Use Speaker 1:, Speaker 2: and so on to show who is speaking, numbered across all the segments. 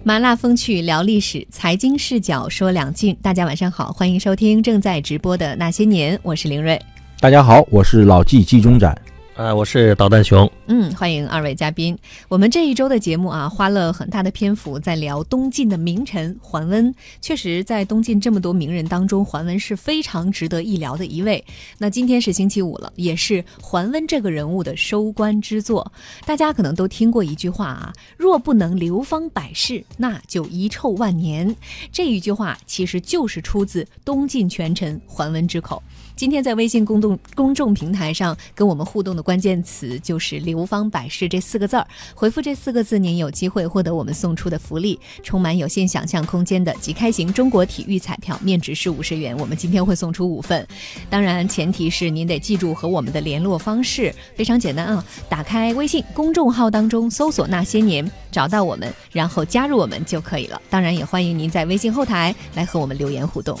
Speaker 1: 麻辣风趣聊历史，财经视角说两晋。大家晚上好，欢迎收听正在直播的那些年，我是凌睿。
Speaker 2: 大家好，我是老纪纪中展。
Speaker 3: 我是导弹熊。
Speaker 1: 欢迎二位嘉宾。我们这一周的节目啊，花了很大的篇幅在聊东晋的名臣桓温。确实，在东晋这么多名人当中，桓温是非常值得一聊的一位。那今天是星期五了，也是桓温这个人物的收官之作。大家可能都听过一句话啊，若不能流芳百世，那就遗臭万年。这一句话其实就是出自东晋权臣桓温之口。今天在微信公众平台上跟我们互动的关键词就是流芳百世这4个字儿，回复这4个字，您有机会获得我们送出的福利，充满有限想象空间的即开型中国体育彩票，面值是50元，我们今天会送出5份。当然前提是您得记住和我们的联络方式，非常简单啊，打开微信公众号当中搜索那些年，找到我们，然后加入我们就可以了。当然也欢迎您在微信后台来和我们留言互动。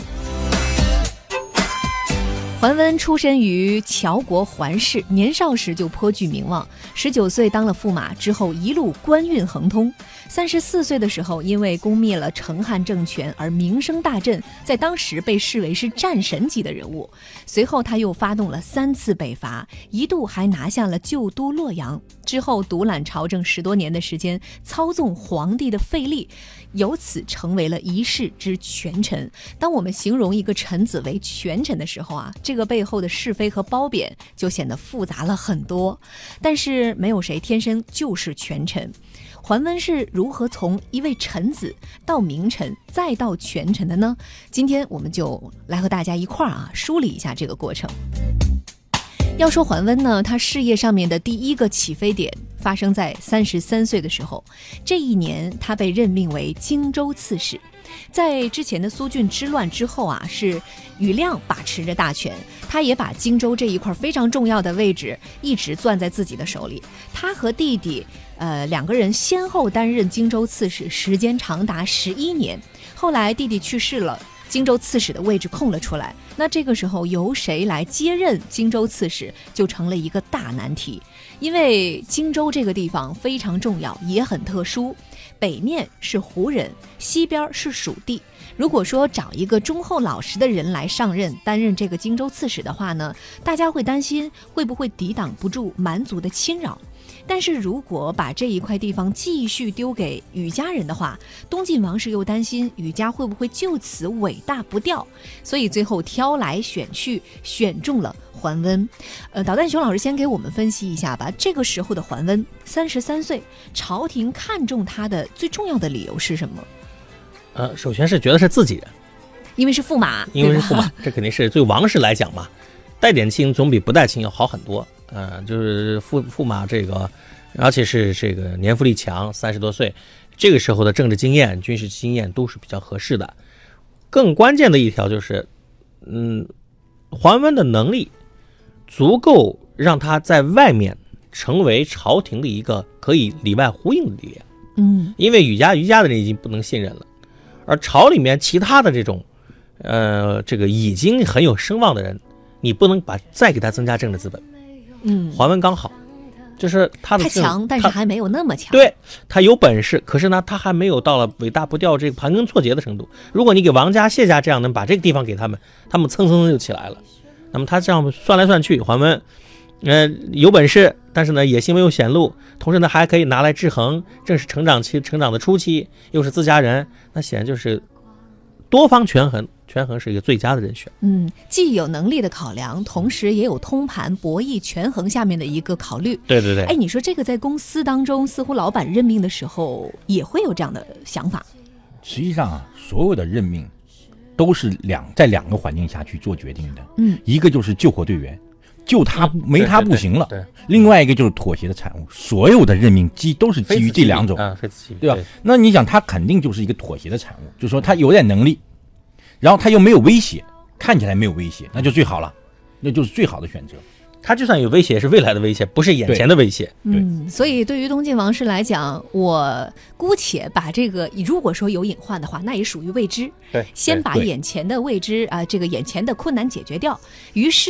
Speaker 1: 桓温出身于谯国桓氏，年少时就颇具名望，19岁当了驸马之后，一路官运亨通。34岁的时候，因为攻灭了成汉政权而名声大振，在当时被视为是战神级的人物。随后他又发动了3次北伐，一度还拿下了旧都洛阳。之后独揽朝政10多年的时间，操纵皇帝的废立，由此成为了一世之权臣。当我们形容一个臣子为权臣的时候啊，这个背后的是非和褒贬就显得复杂了很多。但是没有谁天生就是权臣。桓温是如何从一位臣子到名臣再到权臣的呢？今天我们就来和大家一块儿梳理一下这个过程。要说桓温呢，他事业上面的第一个起飞点发生在33岁的时候。这一年他被任命为荆州刺史。在之前的苏峻之乱之后啊，是庾亮把持着大权，他也把荆州这一块非常重要的位置一直攥在自己的手里。他和弟弟2个人先后担任荆州刺史，时间长达11年。后来弟弟去世了，荆州刺史的位置空了出来，那这个时候由谁来接任荆州刺史就成了一个大难题。因为荆州这个地方非常重要，也很特殊，北面是胡人，西边是蜀地。如果说找一个忠厚老实的人来上任担任这个荆州刺史的话呢，大家会担心会不会抵挡不住蛮族的侵扰。但是如果把这一块地方继续丢给庾家人的话，东晋王室又担心庾家会不会就此尾大不掉，所以最后挑来选去，选中了桓温。导弹熊老师先给我们分析一下吧，这个时候的桓温33岁，朝廷看重他的最重要的理由是什么？
Speaker 3: 首先是觉得是自己人，
Speaker 1: 因为是驸马，
Speaker 3: 这肯定是对王室来讲嘛，带点亲总比不带亲要好很多。就是驸马这个，而且是这个年富力强，30多岁，这个时候的政治经验、军事经验都是比较合适的。更关键的一条就是，桓温的能力足够让他在外面成为朝廷的一个可以里外呼应的力量。因为庾家的人已经不能信任了，而朝里面其他的这种，这个已经很有声望的人，你不能再给他增加政治资本。桓温刚好，就是他的
Speaker 1: 太强，但是还没有那么强。
Speaker 3: 对，他有本事，可是呢，他还没有到了尾大不掉这个盘根错节的程度。如果你给王家、谢家这样能把这个地方给他们，他们蹭蹭就起来了。那么他这样算来算去，桓温，有本事，但是呢野心没有显露，同时呢还可以拿来制衡，正是成长的初期，又是自家人，那显然就是多方权衡是一个最佳的人选。
Speaker 1: 既有能力的考量，同时也有通盘博弈权衡下面的一个考虑。
Speaker 3: 对对对。
Speaker 1: 你说这个在公司当中，似乎老板任命的时候也会有这样的想法。
Speaker 2: 实际上所有的任命都是在2个环境下去做决定的。一个就是救火队员，就他没他不行了。
Speaker 3: 对。
Speaker 2: 另外一个就是妥协的产物。所有的任命都是基于这2种，对吧？那你想，他肯定就是一个妥协的产物，就是说他有点能力，然后他又没有威胁，看起来没有威胁，那就最好了，那就是最好的选择。
Speaker 3: 他就算有威胁，是未来的威胁，不是眼前的威胁。
Speaker 1: 所以对于东晋王室来讲，我姑且把这个，如果说有隐患的话，那也属于未知。
Speaker 3: 对，
Speaker 1: 先把眼前的未知这个眼前的困难解决掉。于是呢，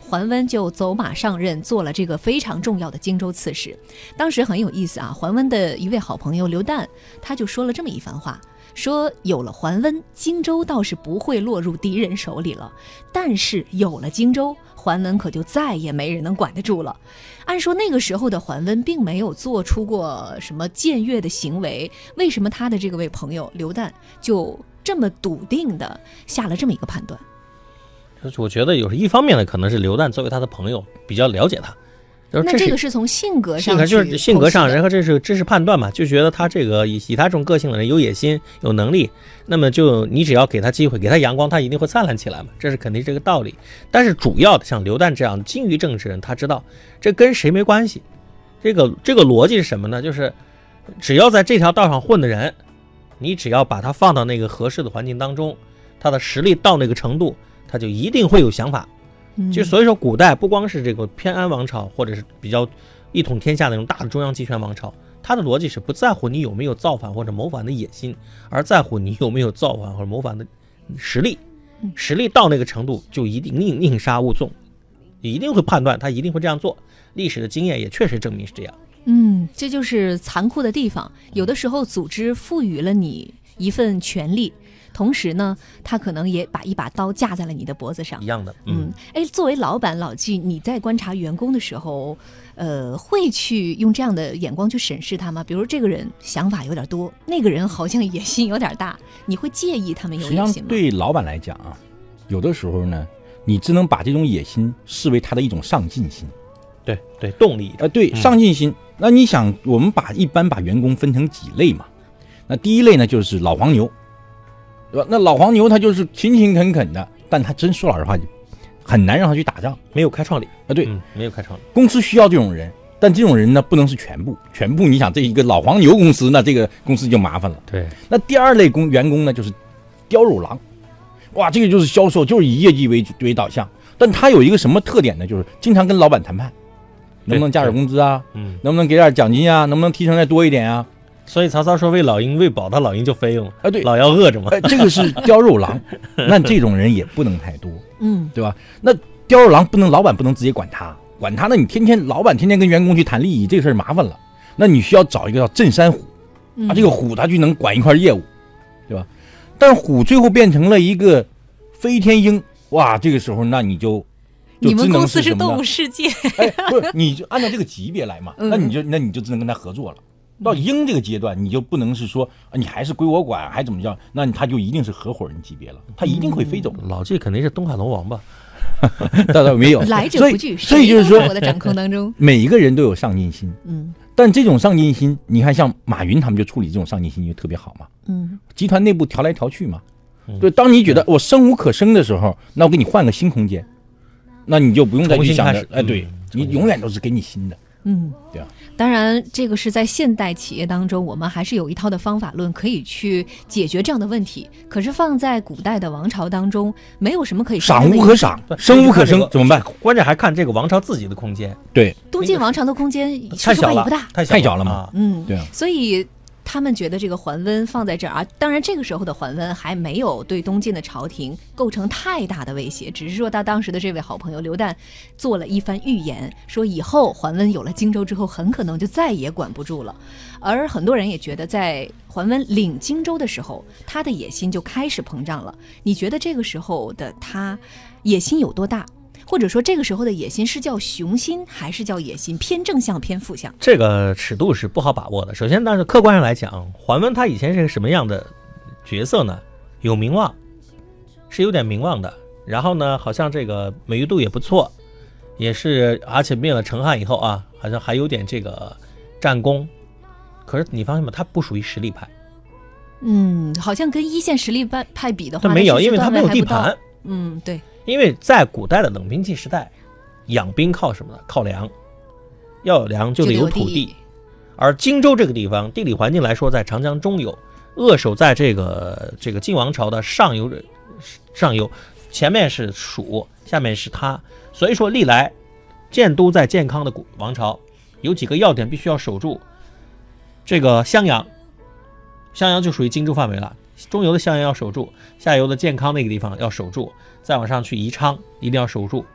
Speaker 1: 桓温就走马上任，做了这个非常重要的荆州刺史。当时很有意思啊，桓温的一位好朋友刘旦，他就说了这么一番话，说有了桓温，荆州倒是不会落入敌人手里了，但是有了荆州，桓温可就再也没人能管得住了。按说那个时候的桓温并没有做出过什么僭越的行为，为什么他的这个位朋友刘旦就这么笃定的下了这么一个判断？
Speaker 3: 我觉得有一方面呢，可能是刘旦作为他的朋友比较了解他，
Speaker 1: 那这个是从性格上，
Speaker 3: 就是性格上，然后这是判断嘛，就觉得他这个以他这种个性的人有野心有能力，那么就你只要给他机会给他阳光，他一定会灿烂起来嘛，这是肯定这个道理。但是主要的像刘旦这样精于政治人，他知道这跟谁没关系，这个逻辑是什么呢？就是只要在这条道上混的人，你只要把他放到那个合适的环境当中，他的实力到那个程度，他就一定会有想法。就所以说古代不光是这个偏安王朝或者是比较一统天下那种大的中央集权王朝，他的逻辑是不在乎你有没有造反或者谋反的野心，而在乎你有没有造反或者谋反的实力。实力到那个程度就一定宁杀勿纵，一定会判断，他一定会这样做。历史的经验也确实证明是这样。
Speaker 1: 这就是残酷的地方。有的时候组织赋予了你一份权利，同时呢，他可能也把一把刀架在了你的脖子上，
Speaker 3: 一样的。
Speaker 1: 作为老板老季，你在观察员工的时候，会去用这样的眼光去审视他吗？比如这个人想法有点多，那个人好像野心有点大，你会介意他们有野心吗？
Speaker 2: 实际上，对老板来讲啊，有的时候呢，你只能把这种野心视为他的一种上进心。
Speaker 3: 对，动力。
Speaker 2: 对，上进心。那你想，我们一般把员工分成几类嘛？那第一类呢，就是老黄牛。对吧？那老黄牛他就是勤勤恳恳的，但他真说老实话，很难让他去打仗，
Speaker 3: 没有开创力
Speaker 2: 啊。对，
Speaker 3: 没有开创力。
Speaker 2: 公司需要这种人，但这种人呢，不能是全部。你想这一个老黄牛公司，那这个公司就麻烦了。
Speaker 3: 对。
Speaker 2: 那第二类员工呢，就是叼肉郎。哇，这个就是销售，就是以业绩为导向，但他有一个什么特点呢？就是经常跟老板谈判，能不能加点工资啊？能不能给点奖金啊？能不能提成再多一点啊？
Speaker 3: 所以曹操说喂老鹰喂饱，他老鹰就飞了
Speaker 2: 啊。对，
Speaker 3: 老要饿着嘛。
Speaker 2: 这个是叼肉郎，那这种人也不能太多，对吧？那叼肉郎老板不能直接管他，那你老板天天跟员工去谈利益，这个事儿麻烦了。那你需要找一个叫镇山虎，这个虎他就能管一块业务，对吧？但虎最后变成了一个飞天鹰，哇，这个时候那你就
Speaker 1: 你们公司是动物世界，
Speaker 2: 不是，你就按照这个级别来嘛，那你就只能跟他合作了。到鹰这个阶段，你就不能是说你还是归我管，还怎么着？那他就一定是合伙人级别了，他一定会飞走。
Speaker 3: 老季肯定是东海龙王吧？
Speaker 2: 倒没有，
Speaker 1: 来者不拒，
Speaker 2: 所以就是说，
Speaker 1: 我的掌控当中，
Speaker 2: 每一个人都有上进心。但这种上进心，你看像马云他们就处理这种上进心就特别好嘛。集团内部调来调去嘛。对，当你觉得我生无可生的时候，那我给你换个新空间，那你就不用再去想着，对你永远都是给你新的。对啊。
Speaker 1: 当然，这个是在现代企业当中，我们还是有一套的方法论可以去解决这样的问题。可是放在古代的王朝当中，没有什么可以
Speaker 2: 赏无可赏，生无可生，怎么办？
Speaker 3: 关键还看这个王朝自己的空间。
Speaker 2: 对，
Speaker 1: 东晋王朝的空间
Speaker 3: 太小了，
Speaker 1: 不大，
Speaker 2: 太小了嘛。对啊。
Speaker 1: 所以他们觉得这个桓温放在这儿啊，当然这个时候的桓温还没有对东晋的朝廷构成太大的威胁，只是说他当时的这位好朋友刘旦做了一番预言，说以后桓温有了荆州之后，很可能就再也管不住了。而很多人也觉得，在桓温领荆州的时候，他的野心就开始膨胀了。你觉得这个时候的他野心有多大？或者说这个时候的野心是叫雄心还是叫野心，偏正向偏负向？
Speaker 3: 这个尺度是不好把握的。首先，但是客观上来讲，桓温他以前是个什么样的角色呢？有名望，是有点名望的。然后呢，好像这个美誉度也不错，也是，而且灭了成汉以后啊，好像还有点这个战功。可是你发现吗？他不属于实力派。
Speaker 1: 好像跟一线实力派比的话，
Speaker 3: 他没有，因为他没有地盘。
Speaker 1: 对。
Speaker 3: 因为在古代的冷兵器时代，养兵靠什么呢？靠粮，要有粮就得有土地。而荆州这个地方，地理环境来说，在长江中游，扼守在这个晋王朝的上游，前面是蜀，下面是他，所以说历来建都在健康的王朝，有几个要点必须要守住。这个襄阳就属于荆州范围了。中游的襄阳要守住，下游的健康那个地方要守住，再往上去宜昌一定要守住，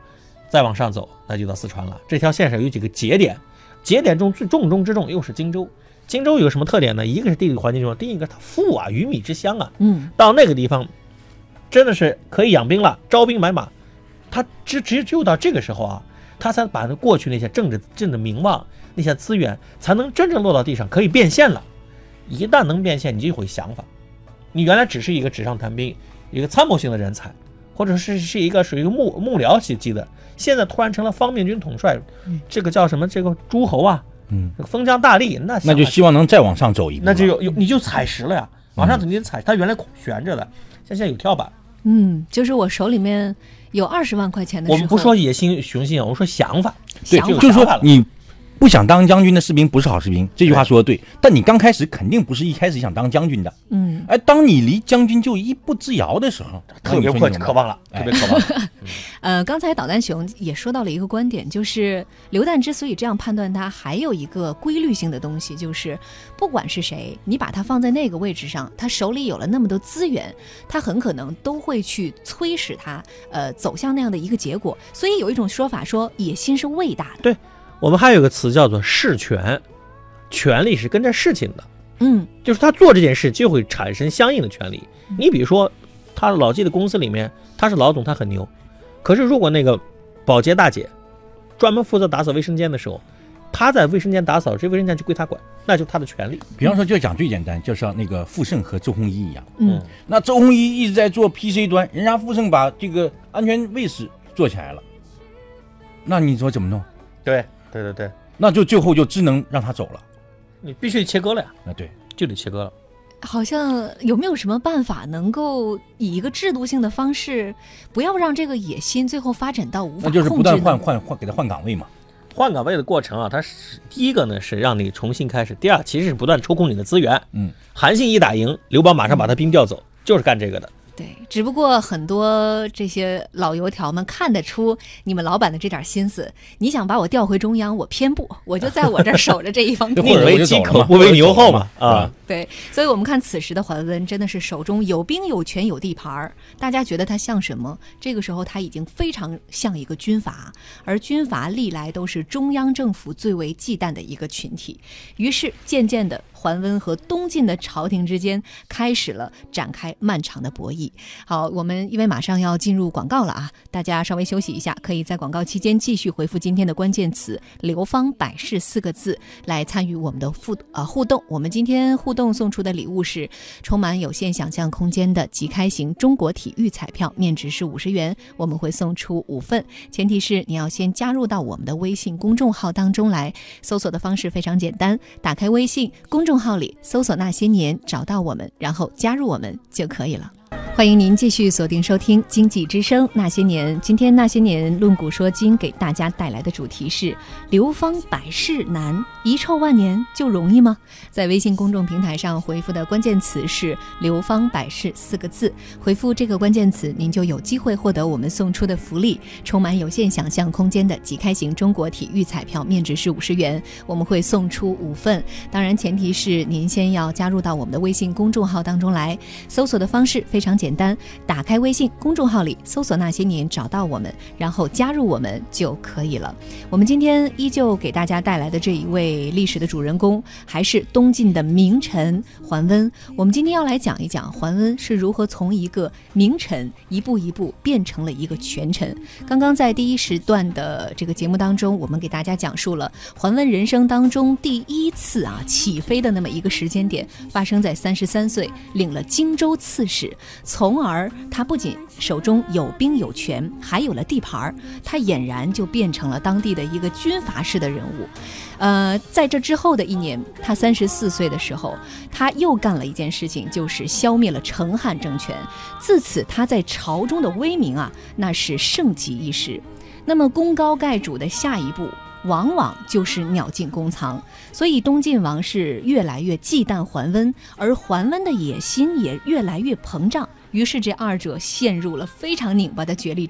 Speaker 3: 再往上走那就到四川了。这条线上有几个节点，节点中最重中之重又是荆州。荆州有什么特点呢？一个是地理环境中，第一个它富啊，鱼米之乡啊。到那个地方真的是可以养兵了，招兵买马。他只有到这个时候啊，他才把过去那些政治名望那些资源才能真正落到地上，可以变现了。一旦能变现，你就有想法。你原来只是一个纸上谈兵，一个参谋性的人才，或者是一个属于一个幕僚级的，现在突然成了方面军统帅，这个叫什么？这个诸侯啊，这个封疆大吏，那
Speaker 2: 就希望能再往上走一步，
Speaker 3: 那就你就踩实了呀，往上走你踩，它原来悬着的，现在有跳板。
Speaker 1: 就是我手里面有20万块钱的时候，
Speaker 3: 我们不说野心雄心，我们说想法。
Speaker 2: 对，就是说你不想当将军的士兵不是好士兵，这句话说的对。但你刚开始肯定不是一开始想当将军的，当你离将军就一步之遥的时候，
Speaker 3: 特别渴望了，特别渴望了。
Speaker 1: 刚才导弹熊也说到了一个观点，就是刘旦之所以这样判断他，还有一个规律性的东西，就是不管是谁，你把他放在那个位置上，他手里有了那么多资源，他很可能都会去催使他走向那样的一个结果。所以有一种说法说，野心是伟大的。
Speaker 3: 对。我们还有个词叫做事权，权力是跟着事情的，就是他做这件事就会产生相应的权利。你比如说，他老纪的公司里面，他是老总，他很牛，可是如果那个保洁大姐专门负责打扫卫生间的时候，他在卫生间打扫，这卫生间就归他管，那就是他的权利。
Speaker 2: 比方说，就讲最简单，就像那个富盛和周鸿祎一样，那周鸿祎一直在做 PC 端，人家富盛把这个安全卫士做起来了，那你说怎么弄？
Speaker 3: 对，
Speaker 2: 那就最后就只能让他走了，
Speaker 3: 你必须切割了呀。
Speaker 2: 对，
Speaker 3: 就得切割了。
Speaker 1: 好像有没有什么办法能够以一个制度性的方式，不要让这个野心最后发展到无法控制？
Speaker 2: 那就是不断换，给他换岗位嘛。
Speaker 3: 换岗位的过程啊，它是第一个呢是让你重新开始，第二其实是不断抽空你的资源。韩信一打赢，刘邦马上把他兵调走，就是干这个的。
Speaker 1: 对，只不过很多这些老油条们看得出你们老板的这点心思，你想把我调回中央，我偏不，我就在我这儿守着这一方
Speaker 3: 宁为鸡口不为牛后嘛。
Speaker 1: 对，所以我们看此时的桓温真的是手中有兵有权有地盘，大家觉得他像什么？这个时候他已经非常像一个军阀，而军阀历来都是中央政府最为忌惮的一个群体。于是渐渐的，桓温和东晋的朝廷之间开始了展开漫长的博弈。好，我们因为马上要进入广告了啊，大家稍微休息一下，可以在广告期间继续回复今天的关键词流芳百世4个字来参与我们的互动。我们今天互动送出的礼物是充满有限想象空间的即开型中国体育彩票，面值是50元，我们会送出5份，前提是你要先加入到我们的微信公众号当中来。搜索的方式非常简单，打开微信公众号里搜索那些年，找到我们，然后加入我们就可以了。欢迎您继续锁定收听经济之声那些年。今天那些年论古说今给大家带来的主题是流芳百世难，遗臭万年就容易吗？在微信公众平台上回复的关键词是流芳百世4个字，回复这个关键词您就有机会获得我们送出的福利，充满有限想象空间的即开型中国体育彩票，面值是50元，我们会送出5份，当然前提是您先要加入到我们的微信公众号当中来。搜索的方式非常简单，打开微信公众号里搜索那些年，找到我们，然后加入我们就可以了。我们今天依旧给大家带来的这一位历史的主人公还是东晋的名臣桓温。我们今天要来讲一讲桓温是如何从一个名臣一步一步变成了一个权臣。刚刚在第一时段的这个节目当中，我们给大家讲述了桓温人生当中第一次起飞的那么一个时间点，发生在33岁领了荆州刺史，从而他不仅手中有兵有权，还有了地盘，他俨然就变成了当地的一个军阀式的人物。在这之后的1年，他34岁的时候，他又干了一件事情，就是消灭了成汉政权。自此他在朝中的威名那是盛极一时。那么功高盖主的下一步往往就是鸟尽弓藏，所以东晋王室越来越忌惮桓温，而桓温的野心也越来越膨胀，于是这二者陷入了非常拧巴的角力状态。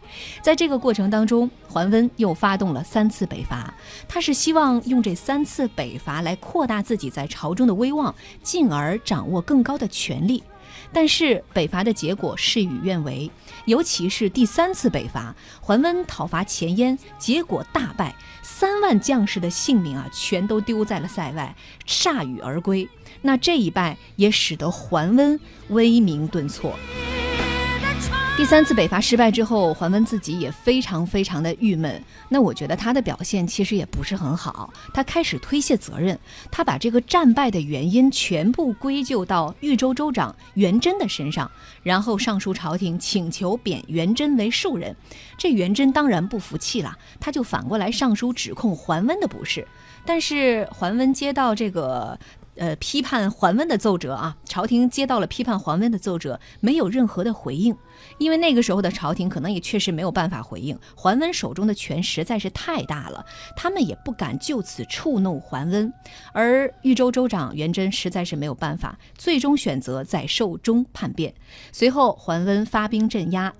Speaker 1: 在这个过程当中，桓温又发动了3次北伐，他是希望用这3次北伐来扩大自己在朝中的威望，进而掌握更高的权力。但是北伐的结果事与愿违，尤其是第3次北伐，桓温讨伐前燕，结果大败，3万将士的性命全都丢在了塞外，铩羽而归。那这一败也使得桓温威名顿挫。第3次北伐失败之后，桓温自己也非常的郁闷。那我觉得他的表现其实也不是很好，他开始推卸责任，他把这个战败的原因全部归咎到豫州州长元贞的身上，然后上书朝廷请求贬元贞为庶人。这元贞当然不服气了，他就反过来上书指控桓温的不是。但是桓温接到这个批判桓温的奏折朝廷接到了批判桓温的奏折，没有任何的回应，因为那个时候的朝廷可能也确实没有办法回应，桓温手中的权实在是太大了，他们也不敢就此触怒桓温。而豫州州长元贞实在是没有办法，最终选择在寿终叛变。随后桓温发兵镇压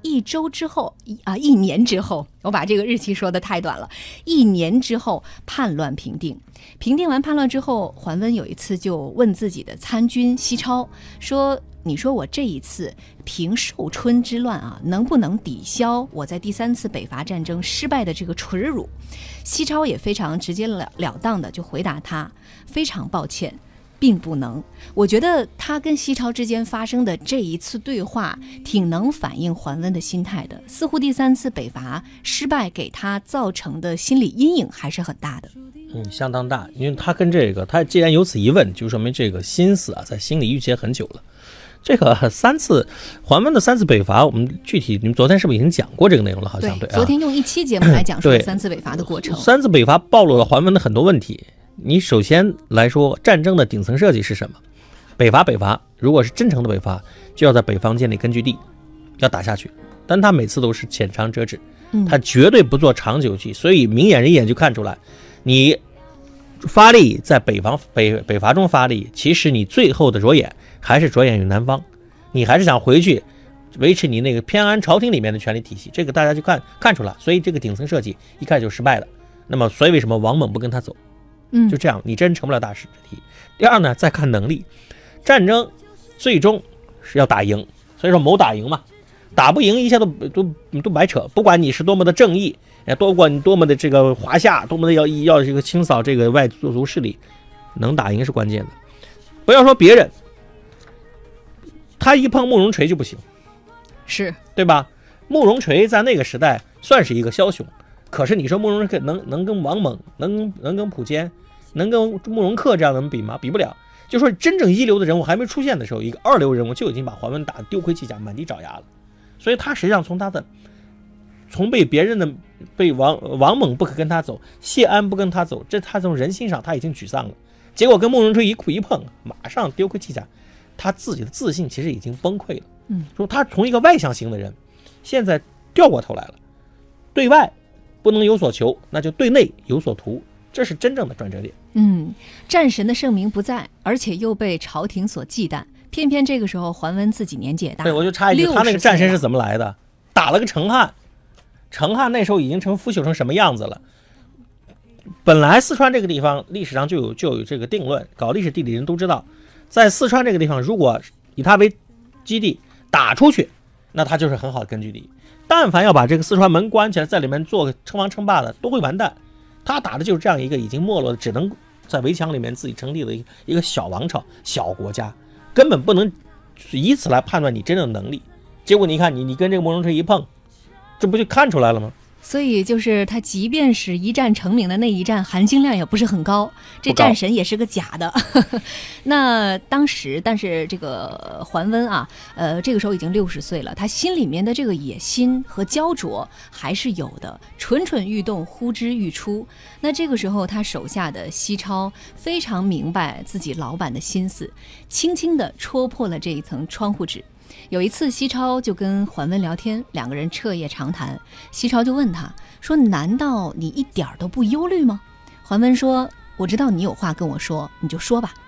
Speaker 1: ，1年之后，我把这个日期说的太短了，1年之后叛乱平定。平定完叛乱之后，桓温有一次就问自己的参军西超说，你说我这一次平寿春之乱能不能抵消我在第3次北伐战争失败的这个耻辱？西超也非常直截了当的就回答他，非常抱歉，并不能。我觉得他跟西超之间发生的这一次对话挺能反映桓温的心态的，似乎第3次北伐失败给他造成的心理阴影还是很大的。
Speaker 3: 相当大，因为他跟他既然有此疑问，就说明这个心思在心里郁结很久了。这个桓温的3次北伐，我们具体你们昨天是不是已经讲过这个内容了？好像对，
Speaker 1: 昨天用1期节目来讲述3次北伐的过程。
Speaker 3: 3次北伐暴露了桓温的很多问题。你首先来说，战争的顶层设计是什么？北伐，如果是真诚的北伐，就要在北方建立根据地，要打下去。但他每次都是浅尝辄止，他绝对不做长久计，所以明眼人一眼就看出来，你发力在北伐中发力，其实你最后的着眼还是着眼于南方，你还是想回去维持你那个偏安朝廷里面的权力体系，这个大家就看出来，所以这个顶层设计一开始就失败了。那么所以为什么王猛不跟他走？就这样，你真成不了大师之敌。第二呢，再看能力，战争最终是要打赢，所以说谋打赢嘛，打不赢一切都白扯，不管你是多么的正义，多管你多么的这个华夏，多么的要这个清扫这个外族势力，能打赢是关键的。不要说别人，他一碰慕容垂就不行，
Speaker 1: 是对
Speaker 3: 吧？慕容垂在那个时代算是一个枭雄，可是你说慕容垂能跟王猛，能跟苻坚，能跟慕容恪这样的人比吗？比不了。就说真正一流的人物还没出现的时候，一个2流人物就已经把桓温打得丢盔弃甲，满地找牙了。所以他实际上从被别人的被王猛不可跟他走，谢安不跟他走，这他从人心上他已经沮丧了。结果跟慕容垂一碰，马上丢盔弃甲，他自己的自信其实已经崩溃了。说他从一个外向型的人，现在掉过头来了，对外不能有所求，那就对内有所图，这是真正的转折点。
Speaker 1: 战神的盛名不在，而且又被朝廷所忌惮，偏偏这个时候桓温自己年纪也大。
Speaker 3: 对，我就插一句，他那个战神是怎么来的？打了个成汉那时候已经腐朽成什么样子了？本来四川这个地方历史上就有这个定论，搞历史地理人都知道，在四川这个地方，如果以它为基地打出去，那它就是很好的根据地。但凡要把这个四川门关起来，在里面做称王称霸的，都会完蛋。他打的就是这样一个已经没落的，只能在围墙里面自己成立的一个小王朝、小国家，根本不能以此来判断你真正的能力。结果你看，你跟这个慕容垂一碰，这不就看出来了吗？
Speaker 1: 所以就是他即便是一战成名的那一战，含金量也不是很高，这战神也是个假的。那当时，但是这个桓温这个时候已经60岁了，他心里面的这个野心和焦灼还是有的，蠢蠢欲动，呼之欲出。那这个时候，他手下的西超非常明白自己老板的心思，轻轻地戳破了这一层窗户纸。有一次西超就跟桓温聊天，两个人彻夜长谈。西超就问他说，难道你一点都不忧虑吗？桓温说，我知道你有话跟我说，你就说吧。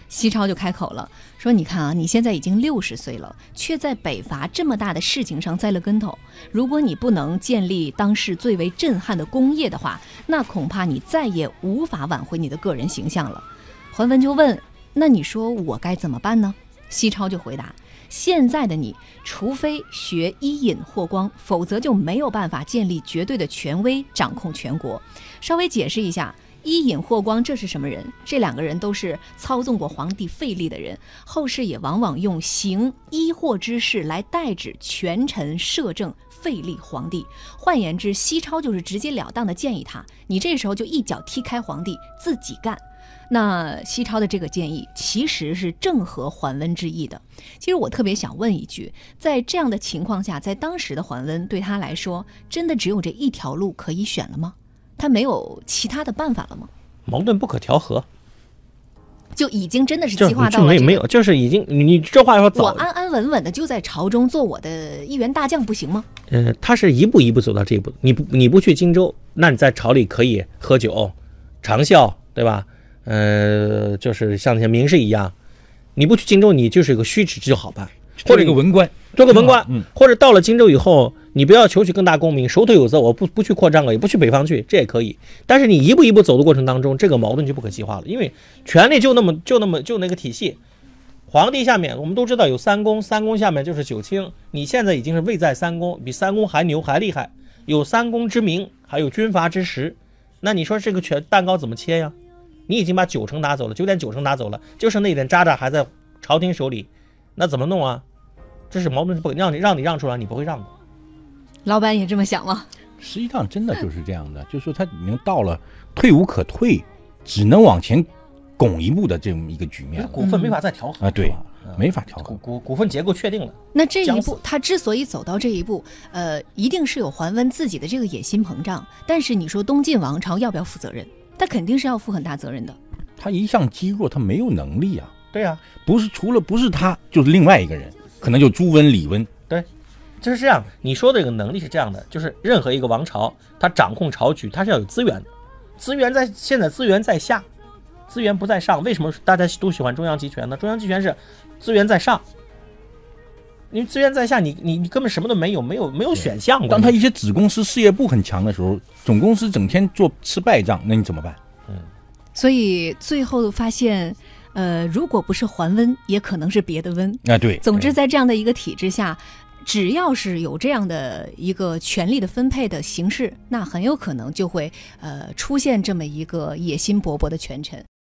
Speaker 1: 西超就开口了，说你看啊，你现在已经60岁了，却在北伐这么大的事情上栽了跟头。如果你不能建立当时最为震撼的功业的话，那恐怕你再也无法挽回你的个人形象了。桓温就问，那你说我该怎么办呢？西超就回答，现在的你除非学伊尹霍光，否则就没有办法建立绝对的权威，掌控全国。稍微解释一下，伊尹霍光这是什么人？这2个人都是操纵过皇帝费力的人，后世也往往用行伊霍之事来代指权臣摄政费力皇帝。换言之，西超就是直截了当的建议他，你这时候就一脚踢开皇帝，自己干。那西超的这个建议其实是正合桓温之意的。其实我特别想问一句，在这样的情况下，在当时的桓温对他来说，真的只有这一条路可以选了吗？他没有其他的办法了吗？
Speaker 3: 矛盾不可调和，
Speaker 1: 就已经真的是激化到了、
Speaker 3: 没有，就是已经你这话说早，
Speaker 1: 我安安稳稳的就在朝中做我的一员大将不行吗？
Speaker 3: 他是一步一步走到这一步。你不去荆州，那你在朝里可以喝酒长啸，对吧？就是像那些名士一样，你不去荆州，你就是一个虚职，这就好办，
Speaker 2: 或者一个文官，
Speaker 3: 做个文官，或者到了荆州以后，你不要求取更大功名，手头有责，我不去扩张了，也不去北方去，这也可以。但是你一步一步走的过程当中，这个矛盾就不可激化了，因为权力就那个体系。皇帝下面我们都知道有3公，3公下面就是9卿，你现在已经是位在3公，比3公还牛还厉害，有3公之名，还有军阀之实。那你说这个蛋糕怎么切呀？你已经把9成拿走了，9.9成拿走了，就剩那一点渣渣还在朝廷手里，那怎么弄啊？这是矛盾，不让你让出来，你不会让的。
Speaker 1: 老板也这么想吗？
Speaker 2: 实际上真的就是这样的，就是说他已经到了退无可退，只能往前拱一步的这么一个局面。
Speaker 3: 股份没法再调和
Speaker 2: 啊，对，没法调和。
Speaker 3: 股份结构确定了。
Speaker 1: 那这一步，他之所以走到这一步，一定是有桓温自己的这个野心膨胀。但是你说东晋王朝要不要负责任？他肯定是要负很大责任的。
Speaker 2: 他一向积弱，他没有能力啊。
Speaker 3: 对啊，
Speaker 2: 除了不是他，就是另外一个人，可能就朱温、李温。
Speaker 3: 对，就是这样。你说的这个能力是这样的，就是任何一个王朝，他掌控朝局，他是要有资源的。现在资源在下，资源不在上。为什么大家都喜欢中央集权呢？中央集权是资源在上。因为资源在下，你根本什么都没有选项。
Speaker 2: 当他一些子公司事业部很强的时候，总公司整天吃败仗，那你怎么办？
Speaker 1: 所以最后发现，如果不是桓温，也可能是别的温
Speaker 2: 啊。对，
Speaker 1: 总之在这样的一个体制下，只要是有这样的一个权力的分配的形式，那很有可能就会出现这么一个野心勃勃的权臣。